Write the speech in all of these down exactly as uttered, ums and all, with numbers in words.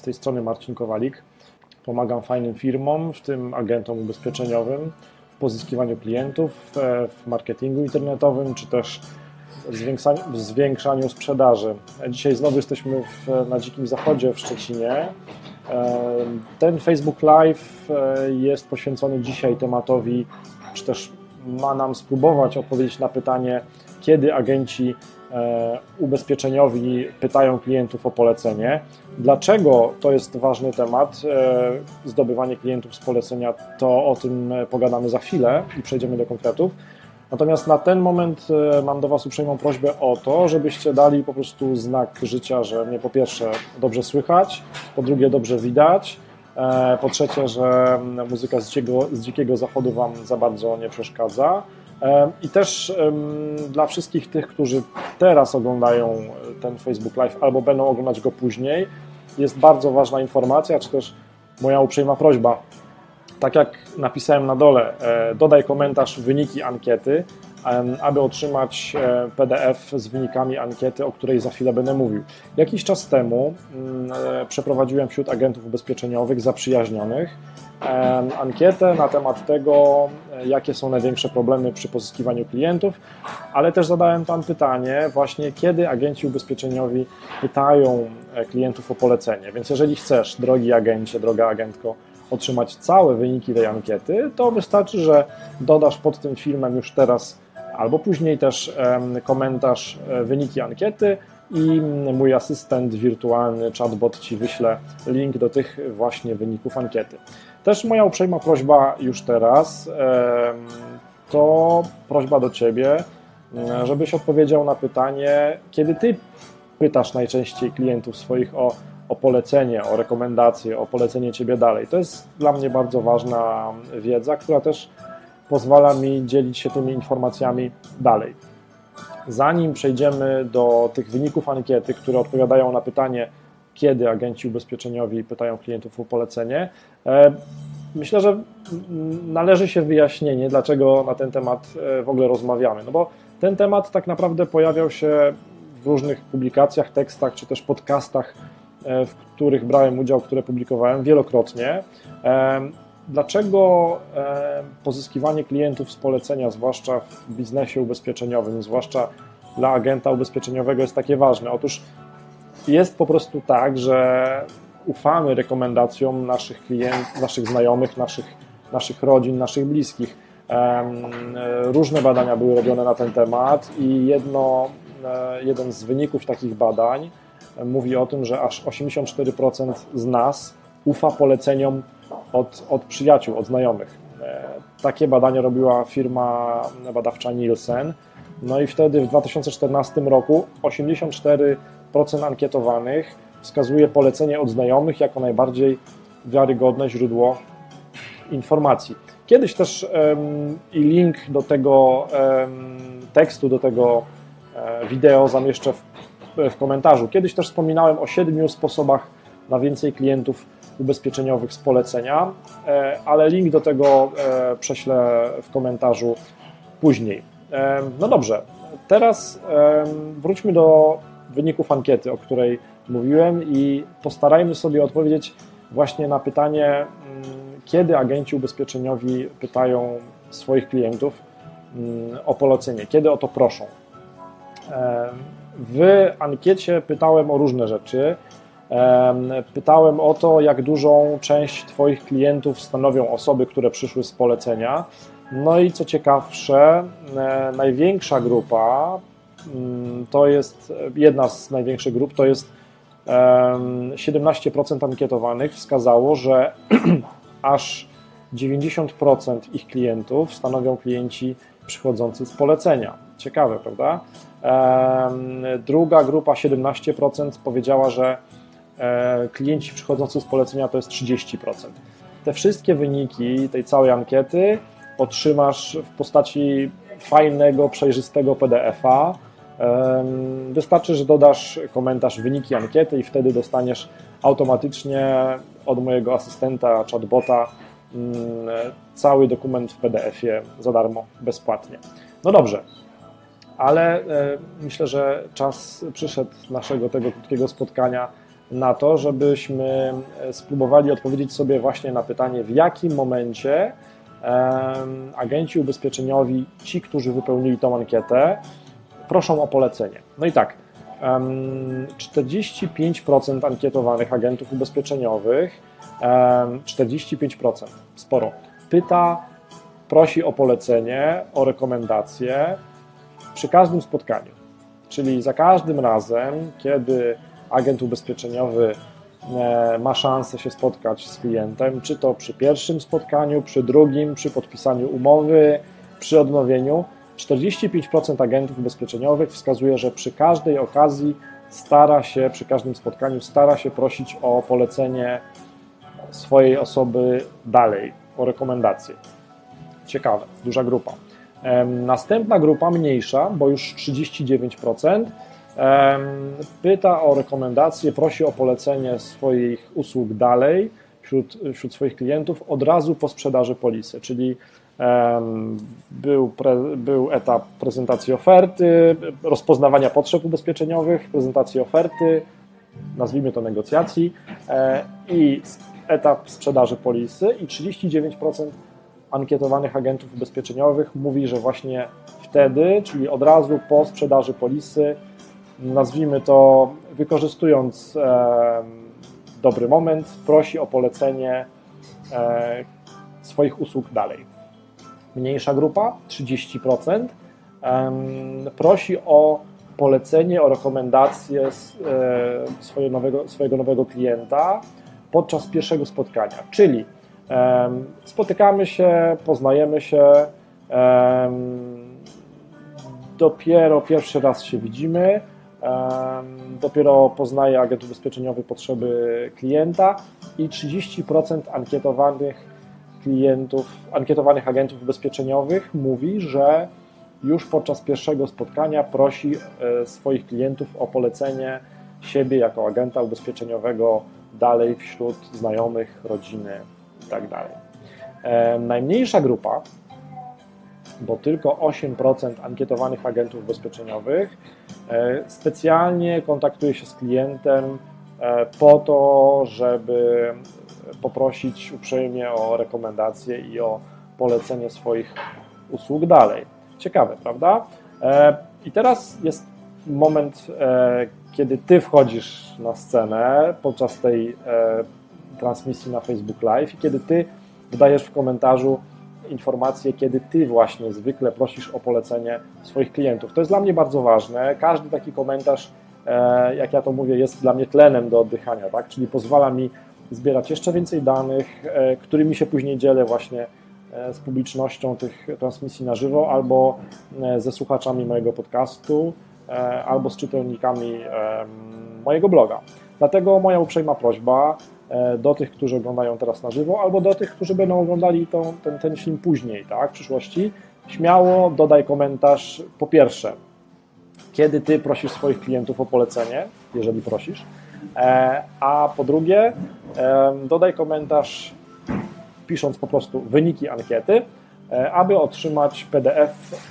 z tej strony Marcin Kowalik. Pomagam fajnym firmom, w tym agentom ubezpieczeniowym, w pozyskiwaniu klientów, w marketingu internetowym, czy też w zwiększaniu sprzedaży. Dzisiaj znowu jesteśmy w, na Dzikim Zachodzie w Szczecinie. Ten Facebook Live jest poświęcony dzisiaj tematowi, czy też ma nam spróbować odpowiedzieć na pytanie, kiedy agenci ubezpieczeniowi pytają klientów o polecenie. Dlaczego to jest ważny temat, zdobywanie klientów z polecenia, to o tym pogadamy za chwilę i przejdziemy do konkretów. Natomiast na ten moment mam do Was uprzejmą prośbę o to, żebyście dali po prostu znak życia, że mnie po pierwsze dobrze słychać, po drugie dobrze widać, po trzecie, że muzyka z dzikiego, z dzikiego zachodu Wam za bardzo nie przeszkadza. I też dla wszystkich tych, którzy teraz oglądają ten Facebook Live albo będą oglądać go później, jest bardzo ważna informacja, czy też moja uprzejma prośba. Tak jak napisałem na dole, dodaj komentarz wyniki ankiety, aby otrzymać P D F z wynikami ankiety, o której za chwilę będę mówił. Jakiś czas temu przeprowadziłem wśród agentów ubezpieczeniowych zaprzyjaźnionych ankietę na temat tego, jakie są największe problemy przy pozyskiwaniu klientów, ale też zadałem tam pytanie właśnie, kiedy agenci ubezpieczeniowi pytają klientów o polecenie. Więc jeżeli chcesz, drogi agencie, droga agentko, otrzymać całe wyniki tej ankiety, to wystarczy, że dodasz pod tym filmem już teraz albo później też komentarz wyniki ankiety i mój asystent wirtualny, chatbot Ci wyśle link do tych właśnie wyników ankiety. Też moja uprzejma prośba już teraz, to prośba do Ciebie, żebyś odpowiedział na pytanie, kiedy Ty pytasz najczęściej klientów swoich o, o polecenie, o rekomendacje, o polecenie Ciebie dalej. To jest dla mnie bardzo ważna wiedza, która też pozwala mi dzielić się tymi informacjami dalej. Zanim przejdziemy do tych wyników ankiety, które odpowiadają na pytanie, kiedy agenci ubezpieczeniowi pytają klientów o polecenie, myślę, że należy się wyjaśnienie, dlaczego na ten temat w ogóle rozmawiamy. No bo ten temat tak naprawdę pojawiał się w różnych publikacjach, tekstach, czy też podcastach, w których brałem udział, które publikowałem wielokrotnie. Dlaczego pozyskiwanie klientów z polecenia, zwłaszcza w biznesie ubezpieczeniowym, zwłaszcza dla agenta ubezpieczeniowego jest takie ważne? Otóż jest po prostu tak, że ufamy rekomendacjom naszych klientów, naszych znajomych, naszych, naszych rodzin, naszych bliskich. Różne badania były robione na ten temat i jedno, jeden z wyników takich badań mówi o tym, że aż osiemdziesiąt cztery procent z nas ufa poleceniom od, od przyjaciół, od znajomych. Takie badanie robiła firma badawcza Nielsen. No i wtedy w dwa tysiące czternastym roku osiemdziesiąt cztery procent ankietowanych wskazuje polecenie od znajomych jako najbardziej wiarygodne źródło informacji. Kiedyś też um, i link do tego um, tekstu, do tego um, wideo zamieszczę w, w komentarzu. Kiedyś też wspominałem o siedmiu sposobach na więcej klientów ubezpieczeniowych z polecenia, ale link do tego prześlę w komentarzu później. No dobrze, teraz wróćmy do wyników ankiety, o której mówiłem i postarajmy sobie odpowiedzieć właśnie na pytanie, kiedy agenci ubezpieczeniowi pytają swoich klientów o polecenie, kiedy o to proszą. W ankiecie pytałem o różne rzeczy. Pytałem o to, jak dużą część Twoich klientów stanowią osoby, które przyszły z polecenia. No i co ciekawsze, największa grupa, to jest jedna z największych grup, to jest siedemnaście procent ankietowanych wskazało, że aż dziewięćdziesiąt procent ich klientów stanowią klienci przychodzący z polecenia. Ciekawe, prawda? Druga grupa, siedemnaście procent, powiedziała, że klienci przychodzący z polecenia to jest trzydzieści procent. Te wszystkie wyniki tej całej ankiety otrzymasz w postaci fajnego, przejrzystego P D F a. Wystarczy, że dodasz komentarz wyniki ankiety i wtedy dostaniesz automatycznie od mojego asystenta, chatbota cały dokument w P D F ie za darmo, bezpłatnie. No dobrze, ale myślę, że czas przyszedł naszego tego krótkiego spotkania na to, żebyśmy spróbowali odpowiedzieć sobie właśnie na pytanie, w jakim momencie agenci ubezpieczeniowi, ci, którzy wypełnili tą ankietę, proszą o polecenie. No i tak, czterdzieści pięć procent ankietowanych agentów ubezpieczeniowych, czterdzieści pięć procent, sporo, pyta, prosi o polecenie, o rekomendacje przy każdym spotkaniu. Czyli za każdym razem, kiedy agent ubezpieczeniowy ma szansę się spotkać z klientem, czy to przy pierwszym spotkaniu, przy drugim, przy podpisaniu umowy, przy odnowieniu, czterdzieści pięć procent agentów ubezpieczeniowych wskazuje, że przy każdej okazji stara się, przy każdym spotkaniu stara się prosić o polecenie swojej osoby dalej, o rekomendacje. Ciekawe, duża grupa. Następna grupa, mniejsza, bo już trzydzieści dziewięć procent, pyta o rekomendacje, prosi o polecenie swoich usług dalej wśród, wśród swoich klientów od razu po sprzedaży polisy, czyli był, pre, był etap prezentacji oferty, rozpoznawania potrzeb ubezpieczeniowych, prezentacji oferty, nazwijmy to negocjacji, i etap sprzedaży polisy, i trzydzieści dziewięć procent ankietowanych agentów ubezpieczeniowych mówi, że właśnie wtedy, czyli od razu po sprzedaży polisy, nazwijmy to, wykorzystując e, dobry moment, prosi o polecenie e, swoich usług dalej. Mniejsza grupa, trzydzieści procent, e, prosi o polecenie, o rekomendację z, e, swojego, nowego, swojego nowego klienta podczas pierwszego spotkania, czyli e, spotykamy się, poznajemy się, e, dopiero pierwszy raz się widzimy, dopiero poznaje agent ubezpieczeniowy potrzeby klienta i trzydzieści procent ankietowanych klientów, ankietowanych agentów ubezpieczeniowych mówi, że już podczas pierwszego spotkania prosi swoich klientów o polecenie siebie jako agenta ubezpieczeniowego dalej wśród znajomych, rodziny itd. Najmniejsza grupa, bo tylko osiem procent ankietowanych agentów ubezpieczeniowych specjalnie kontaktuje się z klientem po to, żeby poprosić uprzejmie o rekomendacje i o polecenie swoich usług dalej. Ciekawe, prawda? I teraz jest moment, kiedy Ty wchodzisz na scenę podczas tej transmisji na Facebook Live i kiedy Ty dodajesz w komentarzu informacje, kiedy Ty właśnie zwykle prosisz o polecenie swoich klientów. To jest dla mnie bardzo ważne. Każdy taki komentarz, jak ja to mówię, jest dla mnie tlenem do oddychania, tak? Czyli pozwala mi zbierać jeszcze więcej danych, którymi się później dzielę właśnie z publicznością tych transmisji na żywo, albo ze słuchaczami mojego podcastu, albo z czytelnikami mojego bloga. Dlatego moja uprzejma prośba do tych, którzy oglądają teraz na żywo, albo do tych, którzy będą oglądali tą, ten, ten film później, tak, w przyszłości, śmiało dodaj komentarz, po pierwsze, kiedy Ty prosisz swoich klientów o polecenie, jeżeli prosisz, a po drugie, dodaj komentarz, pisząc po prostu wyniki ankiety, aby otrzymać P D F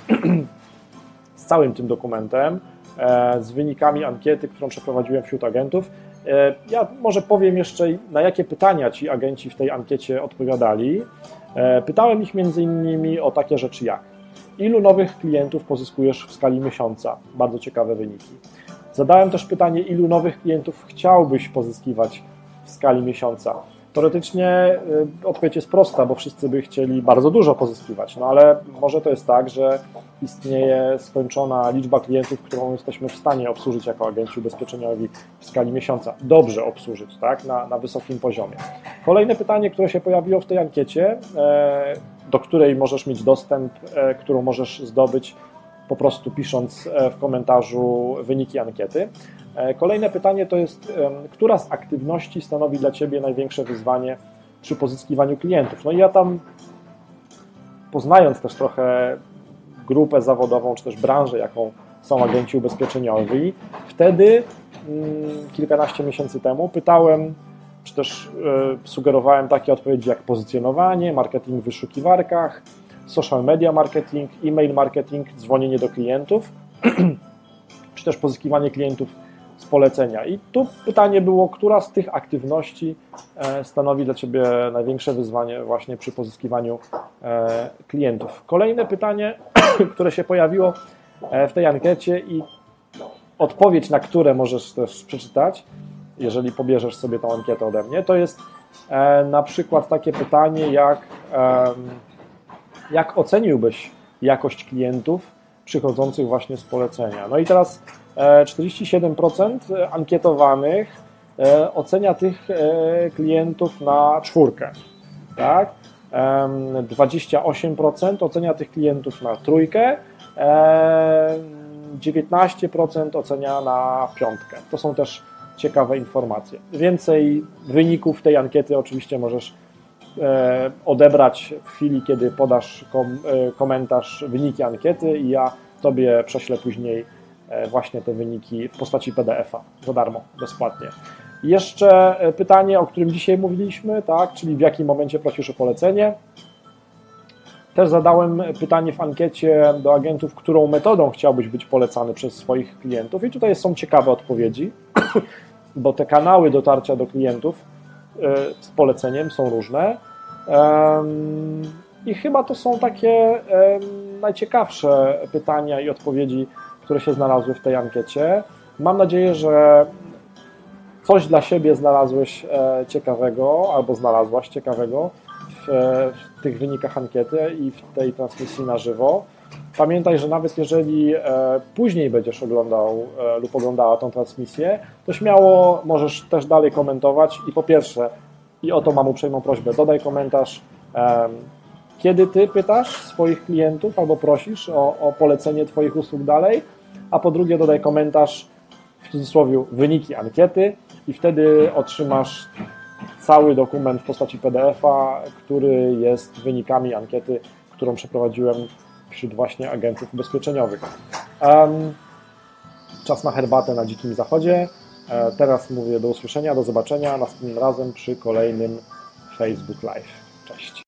z całym tym dokumentem, z wynikami ankiety, którą przeprowadziłem wśród agentów. Ja może powiem jeszcze, na jakie pytania ci agenci w tej ankiecie odpowiadali. Pytałem ich między innymi o takie rzeczy jak: ilu nowych klientów pozyskujesz w skali miesiąca? Bardzo ciekawe wyniki. Zadałem też pytanie, ilu nowych klientów chciałbyś pozyskiwać w skali miesiąca? Teoretycznie odpowiedź jest prosta, bo wszyscy by chcieli bardzo dużo pozyskiwać, no ale może to jest tak, że istnieje skończona liczba klientów, którą jesteśmy w stanie obsłużyć jako agenci ubezpieczeniowi w skali miesiąca. Dobrze obsłużyć, tak, na, na wysokim poziomie. Kolejne pytanie, które się pojawiło w tej ankiecie, do której możesz mieć dostęp, którą możesz zdobyć po prostu pisząc w komentarzu wyniki ankiety. Kolejne pytanie to jest, która z aktywności stanowi dla Ciebie największe wyzwanie przy pozyskiwaniu klientów? No i ja tam, poznając też trochę grupę zawodową, czy też branżę, jaką są agenci ubezpieczeniowi, wtedy kilkanaście miesięcy temu pytałem, czy też sugerowałem takie odpowiedzi jak pozycjonowanie, marketing w wyszukiwarkach, social media marketing, e-mail marketing, dzwonienie do klientów, czy też pozyskiwanie klientów z polecenia. I tu pytanie było, która z tych aktywności stanowi dla Ciebie największe wyzwanie właśnie przy pozyskiwaniu klientów. Kolejne pytanie, które się pojawiło w tej ankiecie i odpowiedź na które możesz też przeczytać, jeżeli pobierzesz sobie tą ankietę ode mnie, to jest na przykład takie pytanie, jak, jak oceniłbyś jakość klientów przychodzących właśnie z polecenia. No i teraz czterdzieści siedem procent ankietowanych ocenia tych klientów na czwórkę, tak? dwadzieścia osiem procent ocenia tych klientów na trójkę, dziewiętnaście procent ocenia na piątkę. To są też ciekawe informacje. Więcej wyników tej ankiety oczywiście możesz odebrać w chwili, kiedy podasz komentarz, wyniki ankiety i ja Tobie prześlę później właśnie te wyniki w postaci P D F a za darmo, bezpłatnie. I jeszcze pytanie, o którym dzisiaj mówiliśmy, tak, czyli w jakim momencie prosisz o polecenie. Też zadałem pytanie w ankiecie do agentów, którą metodą chciałbyś być polecany przez swoich klientów i tutaj są ciekawe odpowiedzi, bo te kanały dotarcia do klientów z poleceniem są różne i chyba to są takie najciekawsze pytania i odpowiedzi, które się znalazły w tej ankiecie. Mam nadzieję, że coś dla siebie znalazłeś ciekawego albo znalazłaś ciekawego w, w tych wynikach ankiety i w tej transmisji na żywo. Pamiętaj, że nawet jeżeli później będziesz oglądał lub oglądała tą transmisję, to śmiało możesz też dalej komentować i po pierwsze, i o to mam uprzejmą prośbę, dodaj komentarz, kiedy Ty pytasz swoich klientów albo prosisz o, o polecenie Twoich usług dalej, a po drugie dodaj komentarz, w cudzysłowie, wyniki ankiety i wtedy otrzymasz cały dokument w postaci P D F a, który jest wynikami ankiety, którą przeprowadziłem wśród właśnie agentów ubezpieczeniowych. Um, czas na herbatę na Dzikim Zachodzie. E, teraz mówię do usłyszenia, do zobaczenia następnym razem przy kolejnym Facebook Live. Cześć.